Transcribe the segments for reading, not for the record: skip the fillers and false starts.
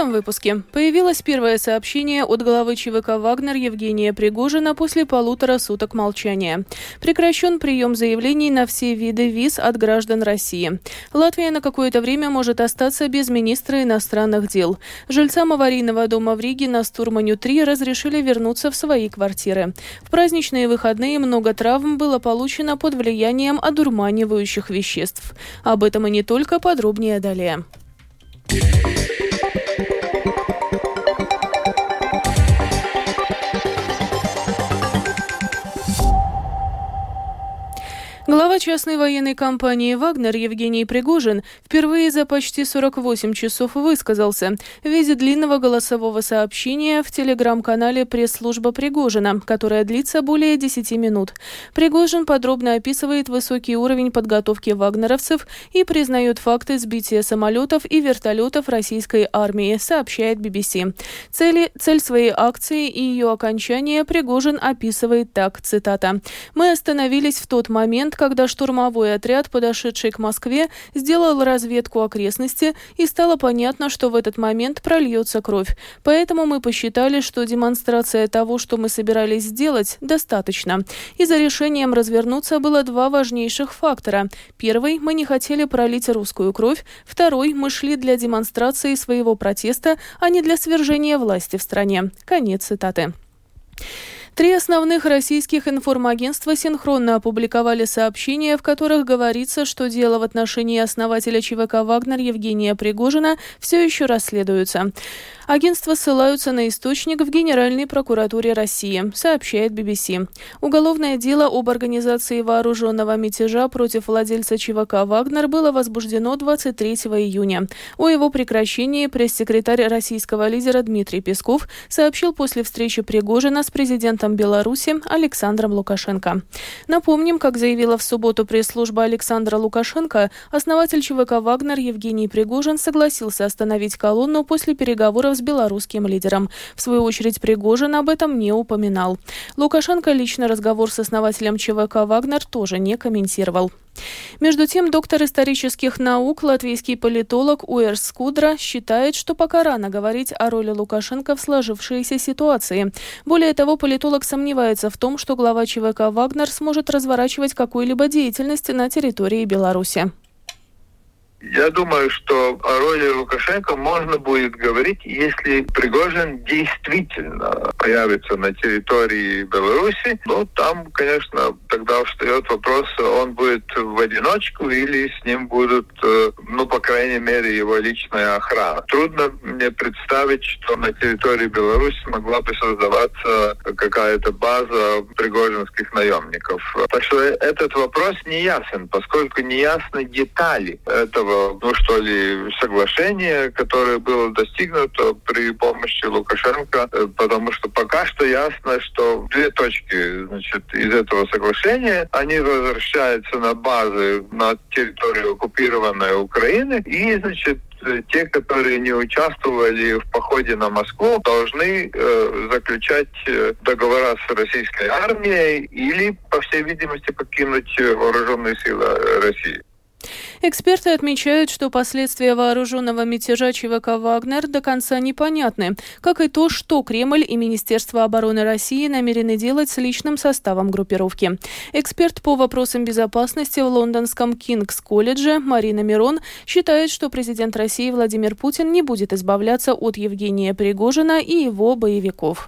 этом выпуске появилось первое сообщение от главы ЧВК «Вагнер» Евгения Пригожина после 1,5 суток молчания. Прекращен прием заявлений на все виды виз от граждан России. Латвия на какое-то время может остаться без министра иностранных дел. Жильцам аварийного дома в Риге на Стурманю-3 разрешили вернуться в свои квартиры. В праздничные выходные много травм было получено под влиянием одурманивающих веществ. Об этом и не только, подробнее далее. Глава частной военной компании «Вагнер» Евгений Пригожин впервые за почти 48 часов высказался в виде длинного голосового сообщения в телеграм-канале пресс-служба Пригожина, которая длится более 10 минут. Пригожин подробно описывает высокий уровень подготовки вагнеровцев и признает факты сбития самолетов и вертолетов российской армии, сообщает BBC. Цель своей акции и ее окончания Пригожин описывает так, цитата: «Мы остановились в тот момент, когда штурмовой отряд, подошедший к Москве, сделал разведку окрестности, и стало понятно, что в этот момент прольется кровь. Поэтому мы посчитали, что демонстрация того, что мы собирались сделать, достаточно. И за решением развернуться было два важнейших фактора. Первый – мы не хотели пролить русскую кровь. Второй – мы шли для демонстрации своего протеста, а не для свержения власти в стране». Конец цитаты. 3 основных российских информагентства синхронно опубликовали сообщения, в которых говорится, что дело в отношении основателя ЧВК «Вагнер» Евгения Пригожина все еще расследуется. Агентства ссылаются на источник в Генеральной прокуратуре России, сообщает BBC. Уголовное дело об организации вооруженного мятежа против владельца ЧВК «Вагнер» было возбуждено 23 июня. О его прекращении пресс-секретарь российского лидера Дмитрий Песков сообщил после встречи Пригожина с президентом Беларуси Александром Лукашенко. Напомним, как заявила в субботу пресс-служба Александра Лукашенко, основатель ЧВК «Вагнер» Евгений Пригожин согласился остановить колонну после переговоров с белорусским лидером. В свою очередь Пригожин об этом не упоминал. Лукашенко лично разговор с основателем ЧВК «Вагнер» тоже не комментировал. Между тем, доктор исторических наук, латвийский политолог Уерс Скудра считает, что пока рано говорить о роли Лукашенко в сложившейся ситуации. Более того, политолог сомневается в том, что глава ЧВК «Вагнер» сможет разворачивать какую-либо деятельность на территории Беларуси. Я думаю, что о роли Лукашенко можно будет говорить, если Пригожин действительно появится на территории Беларуси. Но там, конечно, тогда встает вопрос, он будет в одиночку или с ним будут, по крайней мере, его личная охрана. Трудно мне представить, что на территории Беларуси могла бы создаваться какая-то база пригожинских наемников. Так что этот вопрос не ясен, поскольку не ясны детали этого соглашение, которое было достигнуто при помощи Лукашенко, потому что пока что ясно, что 2 точки, из этого соглашения, они возвращаются на базы на территорию оккупированной Украины, и, те, которые не участвовали в походе на Москву, должны заключать договора с российской армией или, по всей видимости, покинуть вооруженные силы России. Эксперты отмечают, что последствия вооруженного мятежа ЧВК «Вагнер» до конца непонятны, как и то, что Кремль и Министерство обороны России намерены делать с личным составом группировки. Эксперт по вопросам безопасности в лондонском Кингс-колледже Марина Мирон считает, что президент России Владимир Путин не будет избавляться от Евгения Пригожина и его боевиков.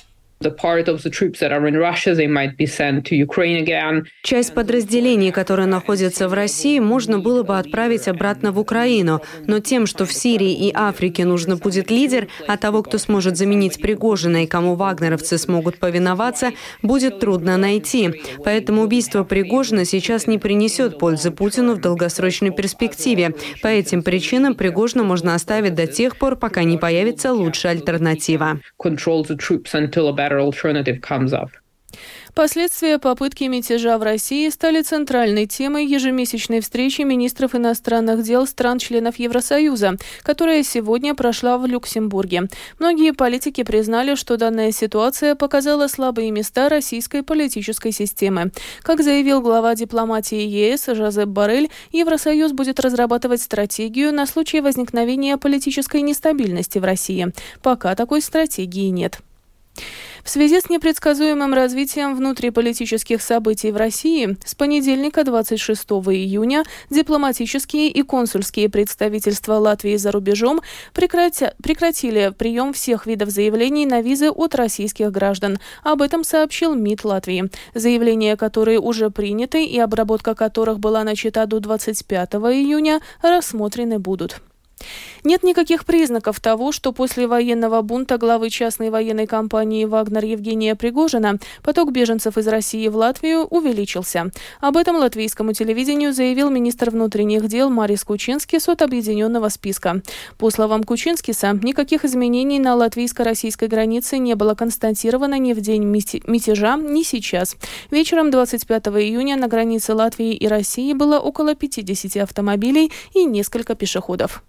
Часть подразделений, которые находятся в России, можно было бы отправить обратно в Украину. Но тем, что в Сирии и Африке нужно будет лидер, а того, кто сможет заменить Пригожина и кому вагнеровцы смогут повиноваться, будет трудно найти. Поэтому убийство Пригожина сейчас не принесет пользы Путину в долгосрочной перспективе. По этим причинам Пригожина можно оставить до тех пор, пока не появится лучшая альтернатива. Последствия попытки мятежа в России стали центральной темой ежемесячной встречи министров иностранных дел стран-членов Евросоюза, которая сегодня прошла в Люксембурге. Многие политики признали, что данная ситуация показала слабые места российской политической системы. Как заявил глава дипломатии ЕС Жозеп Боррель, Евросоюз будет разрабатывать стратегию на случай возникновения политической нестабильности в России. Пока такой стратегии нет. В связи с непредсказуемым развитием внутриполитических событий в России с понедельника 26 июня дипломатические и консульские представительства Латвии за рубежом прекратили прием всех видов заявлений на визы от российских граждан. Об этом сообщил МИД Латвии. Заявления, которые уже приняты и обработка которых была начата до 25 июня, рассмотрены будут. Нет никаких признаков того, что после военного бунта главы частной военной компании «Вагнер» Евгения Пригожина поток беженцев из России в Латвию увеличился. Об этом латвийскому телевидению заявил министр внутренних дел Марис Кучинскис от объединенного списка. По словам Кучинскиса, никаких изменений на латвийско-российской границе не было констатировано ни в день мятежа, ни сейчас. Вечером 25 июня на границе Латвии и России было около 50 автомобилей и несколько пешеходов.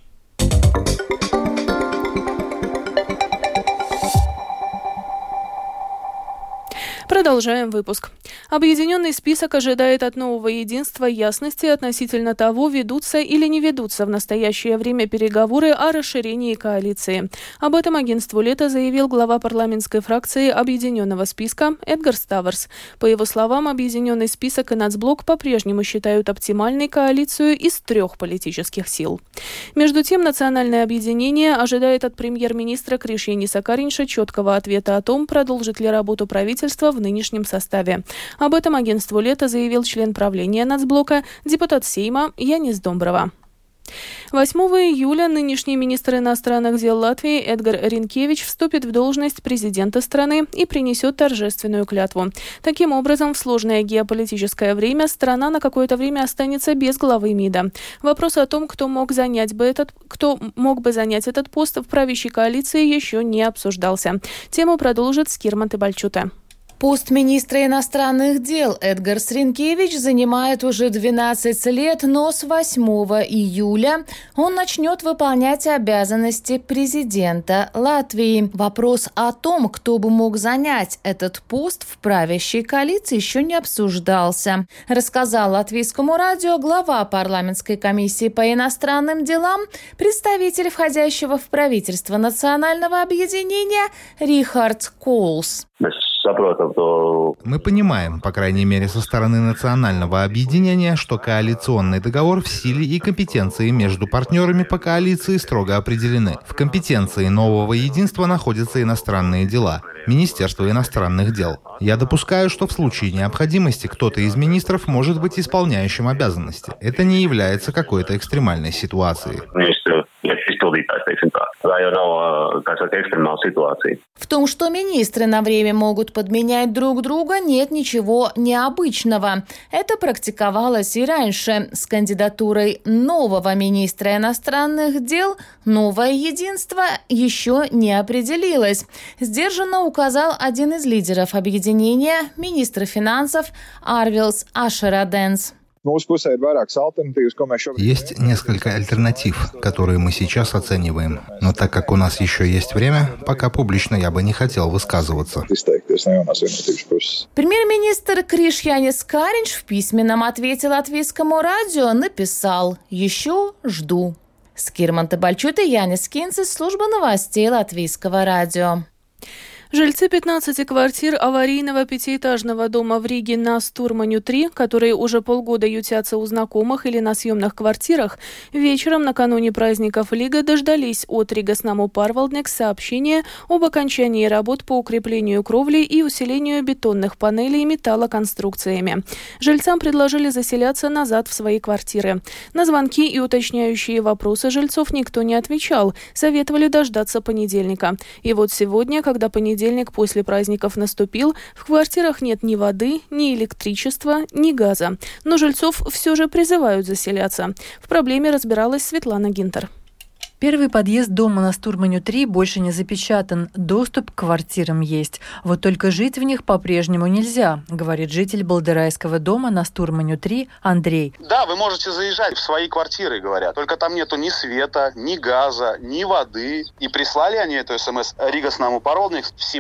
Продолжаем выпуск. Объединенный список ожидает от нового единства ясности относительно того, ведутся или не ведутся в настоящее время переговоры о расширении коалиции. Об этом агентству «Лето» заявил глава парламентской фракции Объединенного списка Эдгар Ставерс. По его словам, Объединенный список и Нацблок по-прежнему считают оптимальной коалицию из 3 политических сил. Между тем, Национальное объединение ожидает от премьер-министра Кришьяниса Кариньша четкого ответа о том, продолжит ли работу правительства в нынешнем составе. Об этом агентству «Лето» заявил член правления Нацблока, депутат Сейма Янис Домброва. 8 июля нынешний министр иностранных дел Латвии Эдгар Ринкевич вступит в должность президента страны и принесет торжественную клятву. Таким образом, в сложное геополитическое время страна на какое-то время останется без главы МИДа. Вопрос о том, кто мог бы занять этот пост в правящей коалиции, еще не обсуждался. Тему продолжит Скирманте Бальчуте. Пост министра иностранных дел Эдгар Ринкевич занимает уже 12 лет, но с 8 июля он начнет выполнять обязанности президента Латвии. Вопрос о том, кто бы мог занять этот пост в правящей коалиции, еще не обсуждался, рассказал Латвийскому радио глава парламентской комиссии по иностранным делам, представитель входящего в правительство национального объединения Рихард Колс. Мы понимаем, по крайней мере со стороны национального объединения, что коалиционный договор в силе и компетенции между партнерами по коалиции строго определены. В компетенции нового единства находятся иностранные дела, Министерство иностранных дел. Я допускаю, что в случае необходимости кто-то из министров может быть исполняющим обязанности. Это не является какой-то экстремальной ситуацией. В том, что министры на время могут подменять друг друга, нет ничего необычного. Это практиковалось и раньше. С кандидатурой нового министра иностранных дел новое единство еще не определилось. Сдержанно указал один из лидеров объединения, министр финансов Арвилс Ашераденс. Есть несколько альтернатив, которые мы сейчас оцениваем. Но так как у нас еще есть время, пока публично я бы не хотел высказываться. Премьер-министр Кришьянис Кариньш в письменном ответе Латвийскому радио написал «Еще жду». Скирманте Бальчуте, Янис Кинцис, служба новостей Латвийского радио. Жильцы 15 квартир аварийного пятиэтажного дома в Риге на Стурманю-3, которые уже полгода ютятся у знакомых или на съемных квартирах, вечером накануне праздников Лига дождались от Ригаснаму Парвалднекс сообщения об окончании работ по укреплению кровли и усилению бетонных панелей металлоконструкциями. Жильцам предложили заселяться назад в свои квартиры. На звонки и уточняющие вопросы жильцов никто не отвечал, советовали дождаться понедельника. И вот сегодня, когда понедельник после праздников наступил, в квартирах нет ни воды, ни электричества, ни газа. Но жильцов все же призывают заселяться. В проблеме разбиралась Светлана Гинтер. Первый подъезд дома на Стурманю 3 больше не запечатан, доступ к квартирам есть. Вот только жить в них по-прежнему нельзя, говорит житель Балдырайского дома на Стурманю 3 Андрей. Да, вы можете заезжать в свои квартиры, говорят, только там нету ни света, ни газа, ни воды. И прислали они эту СМС Ригас наму паролник в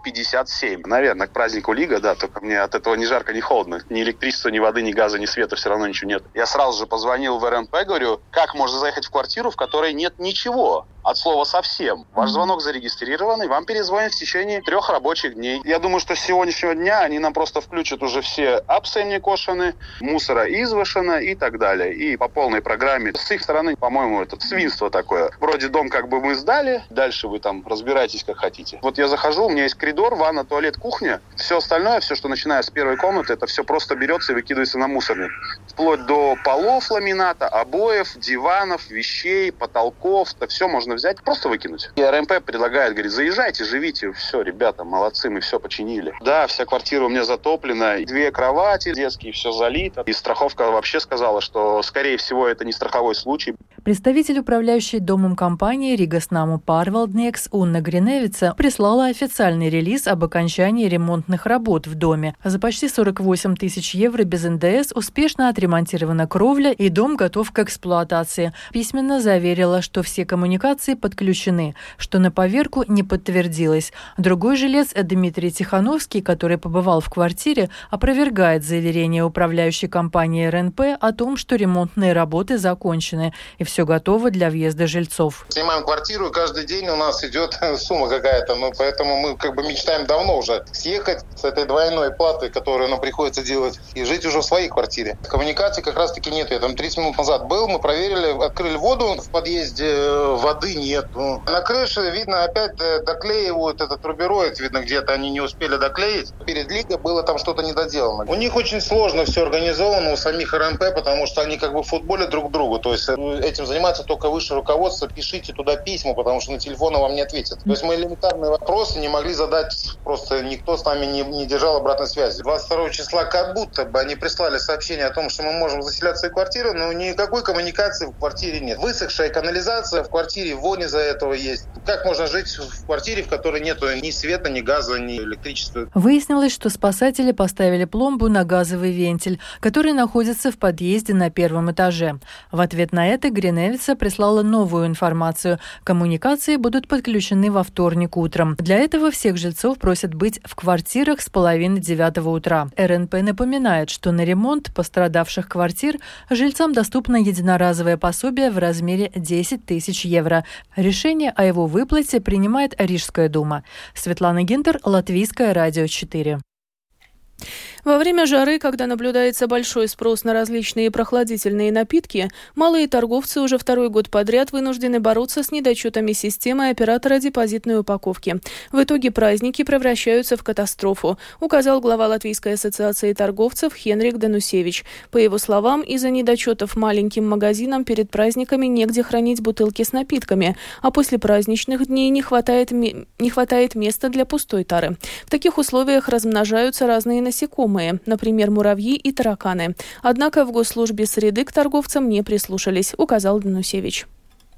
17:57. Наверное, к празднику Лига, да, только мне от этого ни жарко, ни холодно. Ни электричества, ни воды, ни газа, ни света, все равно ничего нет. Я сразу же позвонил в РНП, говорю, как можно заехать в квартиру, в которой нет ничего, от слова совсем. Ваш звонок зарегистрирован, и вам перезвонят в течение 3 рабочих дней. Я думаю, что с сегодняшнего дня они нам просто включат уже все апсемни кошены, мусора извышено и так далее. И по полной программе. С их стороны, по-моему, это свинство такое. Вроде дом как бы мы сдали, дальше вы там разбирайтесь как хотите. Вот я захожу, у меня есть коридор, ванна, туалет, кухня. Все остальное, все, что начиная с первой комнаты, это все просто берется и выкидывается на мусорник. Вплоть до полов ламината, обоев, диванов, вещей, потолков. Это все можно взять, просто выкинуть. И РМП предлагает, говорит, заезжайте, живите. Все, ребята, молодцы, мы все починили. Да, вся квартира у меня затоплена. 2 кровати детские, все залито. И страховка вообще сказала, что, скорее всего, это не страховой случай. Представитель управляющей домом компании Ригас наму парвалдникс Унна Гриневица прислала официальный релиз об окончании ремонтных работ в доме. За почти 48 тысяч евро без НДС успешно отремонтирована кровля и дом готов к эксплуатации. Письменно заверила, что все коммуникации подключены, что на поверку не подтвердилось. Другой жилец Дмитрий Тихановский, который побывал в квартире, опровергает заверение управляющей компании РНП о том, что ремонтные работы закончены и все готово для въезда жильцов. Снимаем квартиру, и каждый день у нас идет сумма какая-то, поэтому мы как бы мечтаем давно уже съехать с этой двойной платой, которую нам приходится делать, и жить уже в своей квартире. Коммуникации как раз-таки нет. Я там 30 минут назад был, мы проверили, открыли воду, в подъезде воды нет. На крыше, видно, опять доклеивают этот рубероид, видно, где-то они не успели доклеить. Перед Лигой было там что-то недоделано. У них очень сложно все организовано, у самих РМП, потому что они как бы футболят друг другу. То есть этим занимается только высшее руководство. Пишите туда письма, потому что на телефоны вам не ответят. То есть мы элементарные вопросы не могли задать, просто никто с нами не держал обратной связи. 22 числа как будто бы они прислали сообщение о том, что мы можем заселять свои квартиры, но никакой коммуникации в квартире нет. Высохшая канализация в квартире, вонь из-за этого есть. Как можно жить в квартире, в которой нет ни света, ни газа, ни электричества? Выяснилось, что спасатели поставили пломбу на газовый вентиль, который находится в подъезде на 1 этаже. В ответ на это Гриневица прислала новую информацию. Коммуникации будут подключены во вторник утром. Для этого всех жильцов просят быть в квартирах с половины 9 утра. РНП напоминает, что на ремонт пострадавших квартир жильцам доступно единоразовое пособие в размере 10 тысяч евро. Решение о его выплате принимает Рижская дума. Светлана Гинтер, Латвийское радио 4. Во время жары, когда наблюдается большой спрос на различные прохладительные напитки, малые торговцы уже 2-й год подряд вынуждены бороться с недочетами системы оператора депозитной упаковки. В итоге праздники превращаются в катастрофу, указал глава Латвийской ассоциации торговцев Хенрик Данусевич. По его словам, из-за недочетов маленьким магазинам перед праздниками негде хранить бутылки с напитками, а после праздничных дней не хватает места для пустой тары. В таких условиях размножаются разные насекомые, например, муравьи и тараканы. Однако в Госслужбе среды к торговцам не прислушались, указал Данусевич.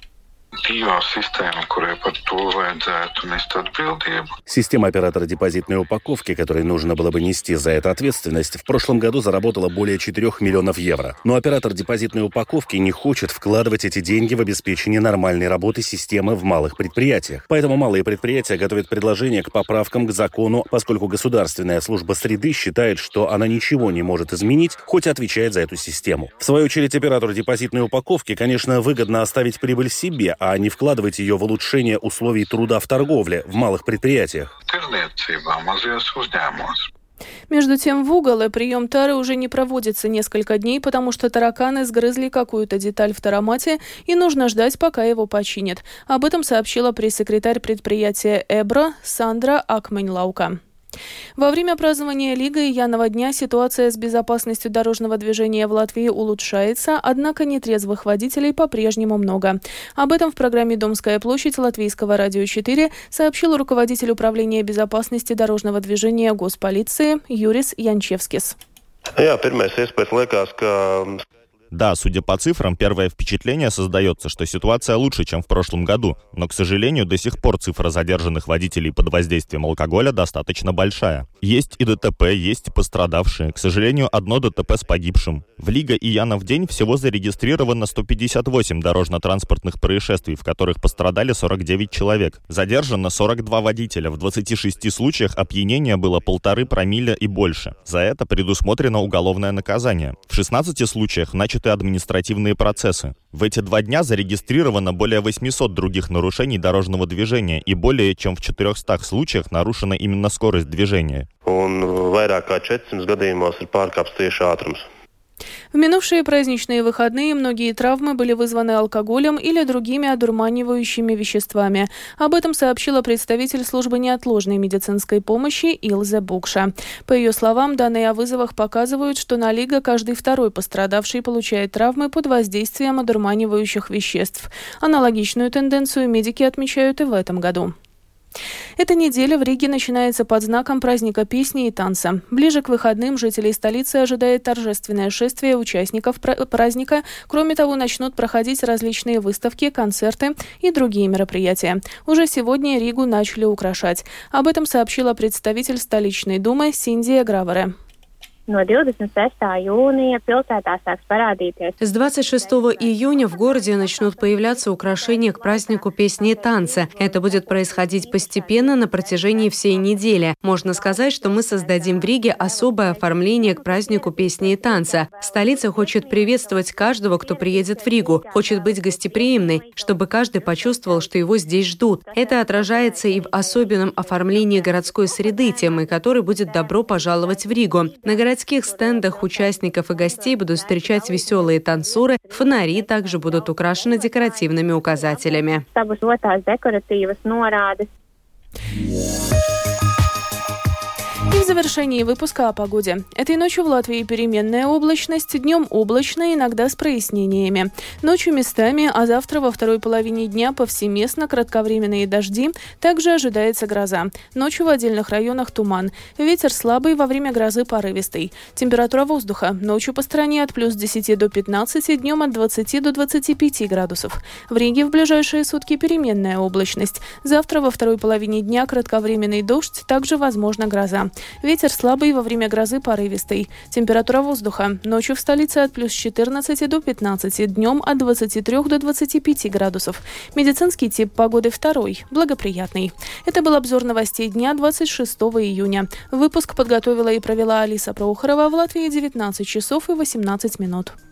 Система оператора депозитной упаковки, которой нужно было бы нести за это ответственность, в прошлом году заработала более 4 миллионов евро. Но оператор депозитной упаковки не хочет вкладывать эти деньги в обеспечение нормальной работы системы в малых предприятиях. Поэтому малые предприятия готовят предложение к поправкам к закону, поскольку Государственная служба среды считает, что она ничего не может изменить, хоть и отвечает за эту систему. В свою очередь, оператору депозитной упаковки, конечно, выгодно оставить прибыль себе, а не вкладывать ее в улучшение условий труда в торговле, в малых предприятиях. Между тем, в угол прием тары уже не проводится несколько дней, потому что тараканы сгрызли какую-то деталь в таромате, и нужно ждать, пока его починят. Об этом сообщила пресс-секретарь предприятия «Эбро» Сандра Акмень-Лаука. Во время празднования Лига и Яного дня ситуация с безопасностью дорожного движения в Латвии улучшается, однако нетрезвых водителей по-прежнему много. Об этом в программе «Домская площадь» Латвийского радио 4 сообщил руководитель управления безопасности дорожного движения Госполиции Юрис Янчевскис. Да, судя по цифрам, первое впечатление создается, что ситуация лучше, чем в прошлом году. Но, к сожалению, до сих пор цифра задержанных водителей под воздействием алкоголя достаточно большая. Есть и ДТП, есть и пострадавшие. К сожалению, одно ДТП с погибшим. В Рига и Яна в день всего зарегистрировано 158 дорожно-транспортных происшествий, в которых пострадали 49 человек. Задержано 42 водителя. В 26 случаях опьянение было 1,5 промилле и больше. За это предусмотрено уголовное наказание. В 16 случаях начаты административные процессы. В эти 2 дня зарегистрировано более 800 других нарушений дорожного движения и более чем в 400 случаях нарушена именно скорость движения. В минувшие праздничные выходные многие травмы были вызваны алкоголем или другими одурманивающими веществами. Об этом сообщила представитель службы неотложной медицинской помощи Илзе Букша. По ее словам, данные о вызовах показывают, что на Лига каждый второй пострадавший получает травмы под воздействием одурманивающих веществ. Аналогичную тенденцию медики отмечают и в этом году. Эта неделя в Риге начинается под знаком праздника песни и танца. Ближе к выходным жителей столицы ожидает торжественное шествие участников праздника. Кроме того, начнут проходить различные выставки, концерты и другие мероприятия. Уже сегодня Ригу начали украшать. Об этом сообщила представитель столичной думы Синдия Гравере. С 26 июня в городе начнут появляться украшения к празднику песни и танца. Это будет происходить постепенно на протяжении всей недели. Можно сказать, что мы создадим в Риге особое оформление к празднику песни и танца. Столица хочет приветствовать каждого, кто приедет в Ригу, хочет быть гостеприимной, чтобы каждый почувствовал, что его здесь ждут. Это отражается и в особенном оформлении городской среды, темой которой будет «Добро пожаловать в Ригу». На городских стендах участников и гостей будут встречать веселые танцоры, фонари также будут украшены декоративными указателями. И в завершении выпуска о погоде. Этой ночью в Латвии переменная облачность, днем облачно, иногда с прояснениями. Ночью местами, а завтра во второй половине дня повсеместно кратковременные дожди. Также ожидается гроза. Ночью в отдельных районах туман. Ветер слабый, во время грозы порывистый. Температура воздуха. Ночью по стране от плюс 10 до 15, днем от 20 до 25 градусов. В Риге в ближайшие сутки переменная облачность. Завтра во второй половине дня кратковременный дождь, также возможна гроза. Ветер слабый, во время грозы порывистый. Температура воздуха. Ночью в столице от плюс 14 до 15, днем от 23 до 25 градусов. Медицинский тип погоды второй, благоприятный. Это был обзор новостей дня 26 июня. Выпуск подготовила и провела Алиса Прохорова. В Латвии 19 часов и 18 минут.